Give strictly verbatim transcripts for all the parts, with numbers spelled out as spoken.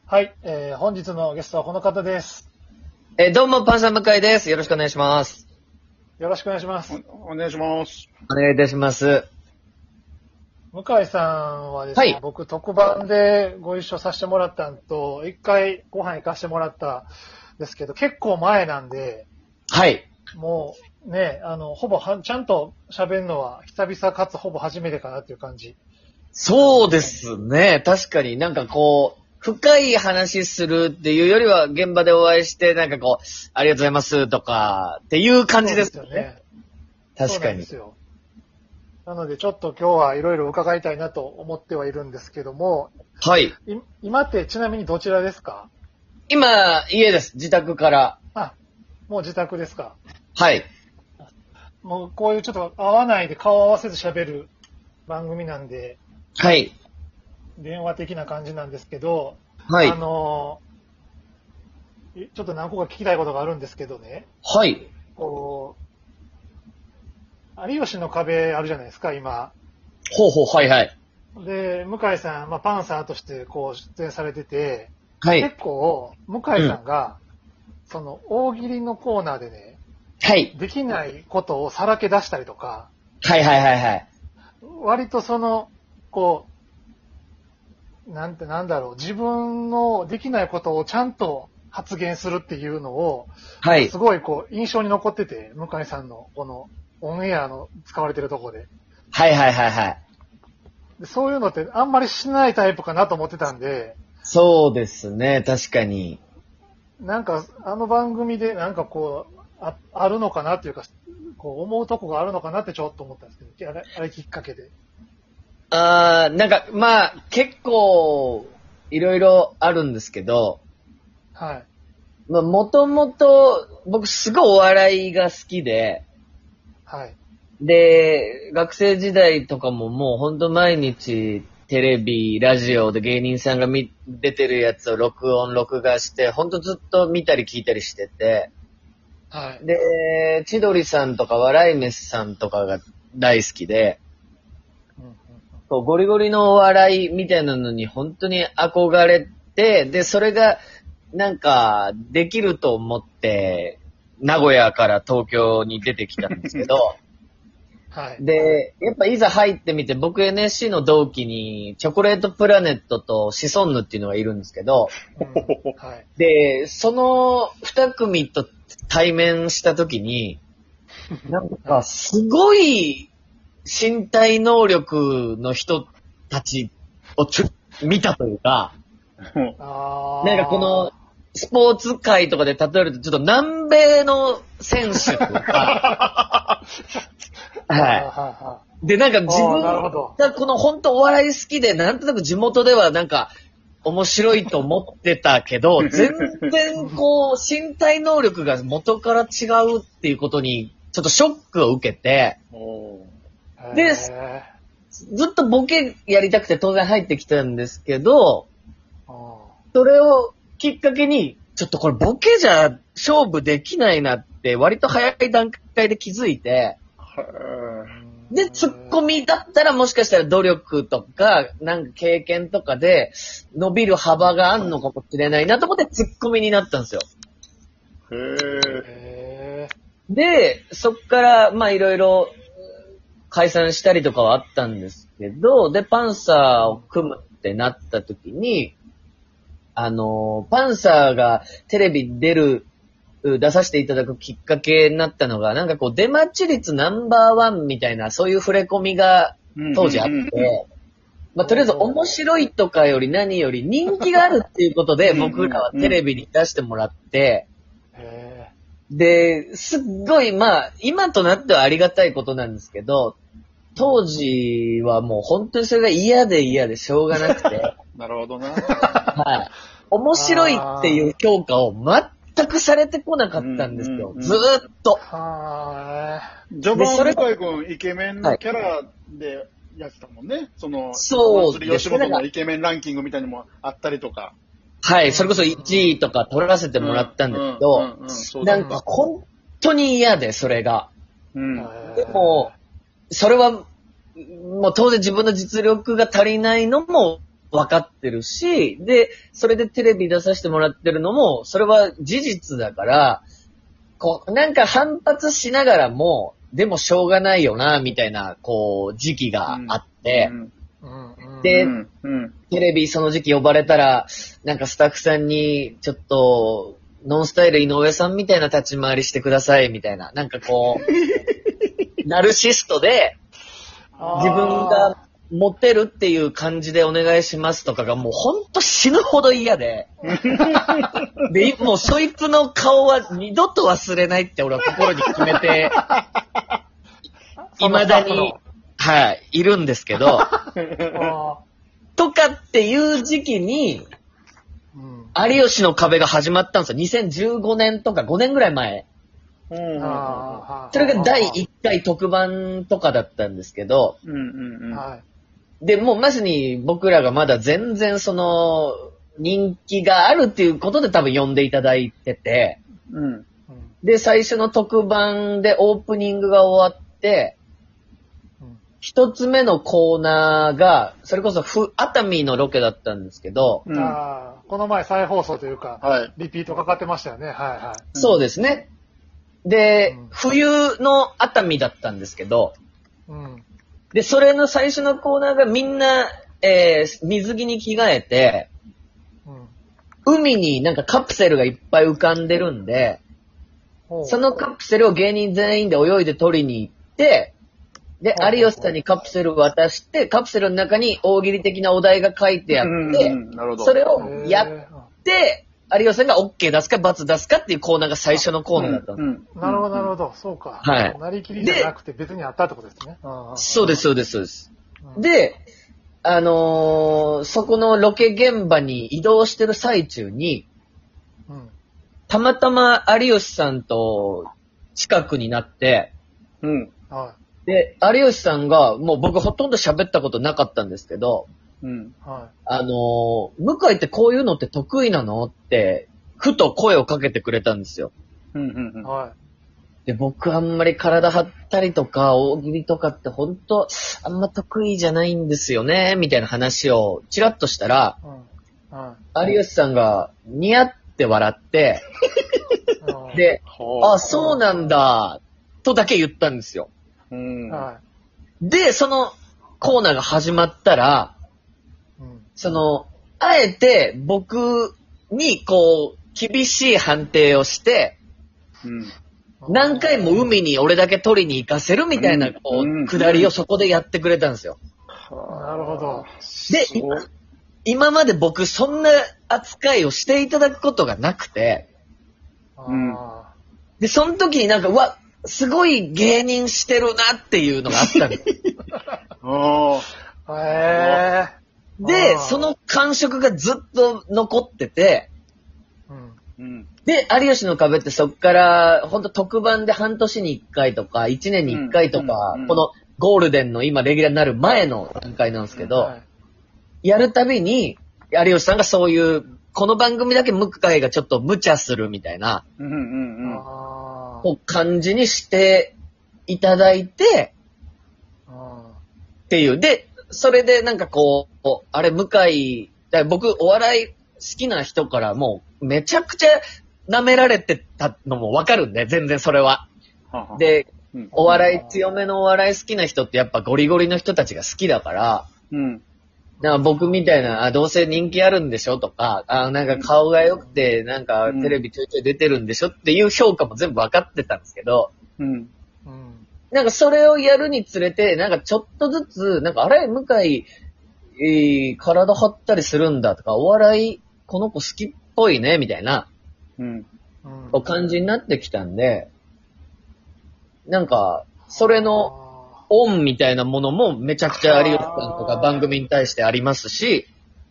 はい、えー、本日のゲストはこの方です。 えー、どうも、パンサー向井です。よろしくお願いします。 よろしくお願いします。 お、お願いします。 お願いいたします。 向井さんはですね、 はい、 僕特番でご一緒させてもらったんと、一回ご飯行かせてもらったんですけど、結構前なんで、 はい。 もうね、あの、ほぼは、ちゃんと喋るのは久々かつほぼ初めてかなっていう感じ。 そうですね。確かになんかこう、深い話するっていうよりは、現場でお会いして、なんかこう、ありがとうございますとか、っていう感じですよね。 そうですよね。 確かに。 そうなんですよ。なのでちょっと今日はいろいろ伺いたいなと思ってはいるんですけども、 はい。 い今ってちなみにどちらですか？ 今、家です。自宅から。 あ、もう自宅ですか？ はい。 もうこういうちょっと会わないで顔を合わせず喋る番組なんで、 はい。 電話的な感じなんですけど、 はい。 あの、ちょっと何個か聞きたいことがあるんですけどね、 はい。 こう、有吉の壁あるじゃないですか、今。 ほうほう、はいはい。 で、向井さん、まあ、パンサーとしてこう出演されてて、 はい。 結構、向井さんが、うん、その大喜利のコーナーでね、 はい。 できないことをさらけ出したりとか、 はいはいはいはい。 割とその、こう、なんてなんだろう、自分のできないことをちゃんと発言するっていうのを、 はい。 すごいこう、印象に残ってて、向井さんのこのオンエアの使われてるところで。 はいはいはいはい。 でそういうのってあんまりしないタイプかなと思ってたんで、 そうですね、確かに。 なんか、あの番組でなんかこう、あ、あるのかなっていうか、こう思うとこがあるのかなってちょっと思ったんですけど、あれ、あれきっかけで。 あー、なんか、まあ、結構、いろいろあるんですけど、 はい。 まあ、もともと、僕すごいお笑いが好きで、 はい。 で、学生時代とかももうほんと毎日、テレビ、ラジオで芸人さんが見出てるやつを録音、録画して、ほんとずっと見たり聞いたりしてて、 はい。 で、千鳥さんとか笑い飯さんとかが大好きで、 うんうんうん、 こうゴリゴリのお笑いみたいなのに本当に憧れて、で、それがなんかできると思って、名古屋から東京に出てきたんですけど、 はい。 で、やっぱいざ入ってみて、僕 エヌエスシー の同期にチョコレートプラネットとシソンヌっていうのがいるんですけど、 うん、はい。 で、その二組と対面したときに、なんかすごい身体能力の人たちをちょ見たというか、 あなんかこのスポーツ界とかで例えるとちょっと南米の選手とか、はい。で、なんか自分がこの本当お笑い好きで、なんとなく地元ではなんか面白いと思ってたけど、全然こう身体能力が元から違うっていうことにちょっとショックを受けて、で、ずっとボケやりたくて当然入ってきたんですけど、それをきっかけに、ちょっとこれボケじゃ勝負できないなって割と早い段階で気づいて、で、ツッコミだったらもしかしたら努力とか、なんか経験とかで伸びる幅があんのかもしれないなと思ってツッコミになったんですよ。 へー。で、そっから、まあいろいろ解散したりとかはあったんですけど、で、パンサーを組むってなった時に、あの、パンサーがテレビに出る、出させていただくきっかけになったのが、なんかこう出待ち率ナンバーワンみたいな、そういう触れ込みが当時あって、まあとりあえず面白いとかより何より人気があるっていうことで僕らはテレビに出してもらって、で、すっごいまあ今となってはありがたいことなんですけど、当時はもう本当にそれが嫌で嫌でしょうがなくて。 なるほどな。 はい。面白いっていう評価を全くされてこなかったんですよ。ずーっと。 はー序盤、向井君イケメンのキャラでやってたもんね。その、 そうですね。 吉本のイケメンランキングみたいにもあったりとか。 はい。それこそいちいとか取らせてもらったんですけど、なんか本当に嫌で、それが。うん、でも、それは、もう当然自分の実力が足りないのも分かってるし、で、それでテレビ出させてもらってるのも、それは事実だから、こう、なんか反発しながらも、でもしょうがないよな、みたいな、こう、時期があって、 うんうん、で、 うんうん、 テレビその時期呼ばれたら、なんかスタッフさんに、ちょっと、ノンスタイル井上さんみたいな立ち回りしてください、みたいな。なんかこう、ナルシストで、自分がモテるっていう感じでお願いしますとかがもうほんと死ぬほど嫌で。で、もうそいつの顔は二度と忘れないって俺は心に決めて、未だに、はい、いるんですけど、とかっていう時期に、有吉の壁が始まったんですよ。にせんじゅうごねんとかごねんぐらい前。それがだいいっかい特番とかだったんですけど、 うんうんうん、 で、もうまさに僕らがまだ全然その人気があるっていうことで多分呼んでいただいてて、 うん、 で、最初の特番でオープニングが終わって、一つ目のコーナーが、それこそふ熱海のロケだったんですけど、 うん、あこの前再放送というか、はい、リピートかかってましたよね。はいはい。 そうですね。で、うん、冬の熱海だったんですけど、うん、で、それの最初のコーナーがみんな、えー、水着に着替えて、うん、海になんかカプセルがいっぱい浮かんでるんで、そのカプセルを芸人全員で泳いで取りに行って、で、有吉さんにカプセル渡して、カプセルの中に大喜利的なお題が書いてあって、それをやって、有吉さんが OK 出すか×出すかっていうコーナーが最初のコーナーだったんです。 うんうん、なるほど、なるほど。そうか。 はい。 なりきりじゃなくて別にあったってことですね。 そうです、そうです、そうです。うん、で、あのー、そこのロケ現場に移動してる最中に、うん、たまたま有吉さんと近くになって、うん。はい。で、有吉さんが、もう僕ほとんど喋ったことなかったんですけど、うん。はい。あのー、向井ってこういうのって得意なのって、ふと声をかけてくれたんですよ。うんうんうん。はい。で、僕あんまり体張ったりとか、大喜利とかってほんと、あんま得意じゃないんですよね、みたいな話をチラッとしたら、うん。はい。有吉さんが、ニヤって笑って、で、あ、そうなんだ、とだけ言ったんですよ。うん、はい。で、そのコーナーが始まったら、うん、その、あえて僕にこう、厳しい判定をして、うん、何回も海に俺だけ取りに行かせるみたいな、こう、くだりをそこでやってくれたんですよ。 なるほど。 で、今まで僕そんな扱いをしていただくことがなくて、うん、で、その時になんか、うわ、すごい芸人してるなっていうのがあったんです。へー。で、その感触がずっと残ってて、うん、で、有吉の壁ってそっから、ほんと特番で半年にいっかいとか、いちねんにいっかいとか、うんうん、このゴールデンの今レギュラーになる前の段階なんですけど、はい、やるたびに、有吉さんがそういう、この番組だけ向井がちょっと無茶するみたいな、うんうんうん感じにしていただいて、っていう。で、それでなんかこう、あれ、向井、僕、お笑い好きな人からもう、めちゃくちゃ舐められてたのもわかるんで、全然それは。で、お笑い、強めのお笑い好きな人ってやっぱゴリゴリの人たちが好きだから、うん、なんか僕みたいな、あ、どうせ人気あるんでしょとか、あ、なんか顔が良くて、なんかテレビちょいちょい出てるんでしょっていう評価も全部わかってたんですけど、うん。なんかそれをやるにつれて、なんかちょっとずつ、なんかあれ、向井、えー、体張ったりするんだとか、お笑い、この子好きっぽいね、みたいな、うん。感じになってきたんで、なんか、それの、オンみたいなものもめちゃくちゃ有吉さんとか番組に対してありますし、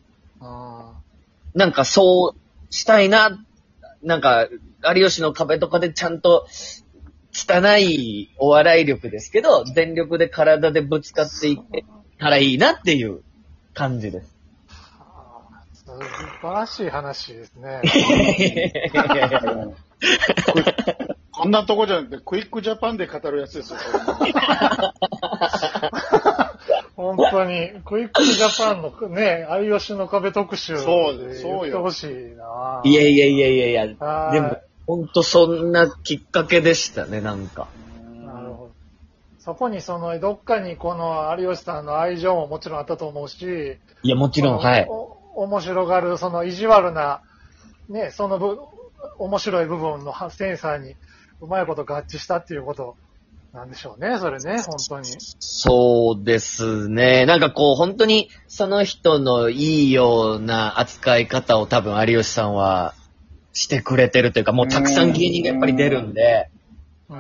なんかそうしたいな、なんか有吉の壁とかでちゃんと汚いお笑い力ですけど、全力で体でぶつかっていけたらいいなっていう感じです。 素晴らしい話ですね。 こんなとこじゃなくて、クイックジャパンで語るやつですよ。 本当に、クイックジャパンのね、有吉の壁特集。 そうです、そうよ。 言ってほしいな。 いやいやいやいやいや、でも、本当そんなきっかけでしたね、なんか。 なるほど。そこにその、どっかにこの有吉さんの愛情ももちろんあったと思うし、 いや、もちろん、はい。 面白がる、その意地悪な、ね、そのぶ、面白い部分のセンサーにうまいこと合致したっていうことなんでしょうね、それね、本当に。 そうですね。なんかこう、本当にその人のいいような扱い方を多分有吉さんはしてくれてるというか、もうたくさん芸人がやっぱり出るんで、 うん。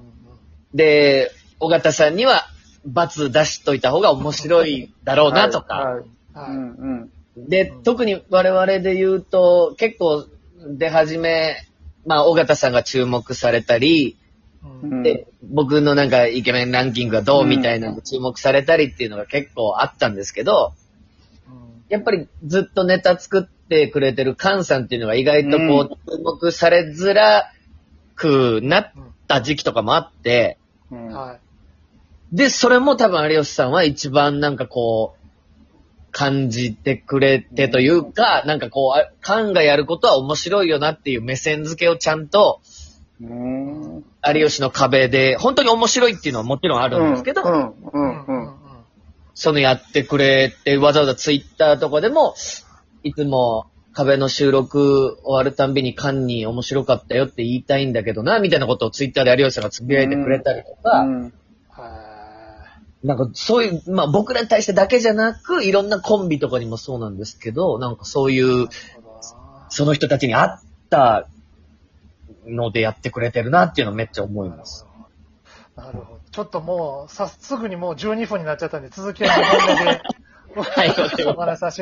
で、尾形さんには罰出しといた方が面白いだろうなとか、 はいはいうんうんで、特に我々で言うと、結構出始め、まあ、尾形さんが注目されたり、 うんで、僕のなんかイケメンランキングがどうみたいなの注目されたりっていうのが結構あったんですけど、やっぱりずっとネタ作ってくれてるカンさんっていうのが意外とこう、注目されづらくなった時期とかもあって、 うんはいで、それも多分有吉さんは一番なんかこう、感じてくれてというか、なんかこう、カンがやることは面白いよなっていう目線付けをちゃんと、 うん有吉の壁で、本当に面白いっていうのはもちろんあるんですけど、 うんうんうんそのやってくれて、わざわざツイッターとかでも、いつも壁の収録終わるたんびにカンに面白かったよって言いたいんだけどな、みたいなことをツイッターで有吉さんがつぶやいてくれたりとか、 うんなんかそういう、まあ僕らに対してだけじゃなく、いろんなコンビとかにもそうなんですけど、なんかそういう、その人たちに合ったのでやってくれてるなっていうのをめっちゃ思います。 なるほど。ちょっともう、さ、すぐにもうじゅうにふんになっちゃったんで、続きはにほんめで、 はい、 お話しさせて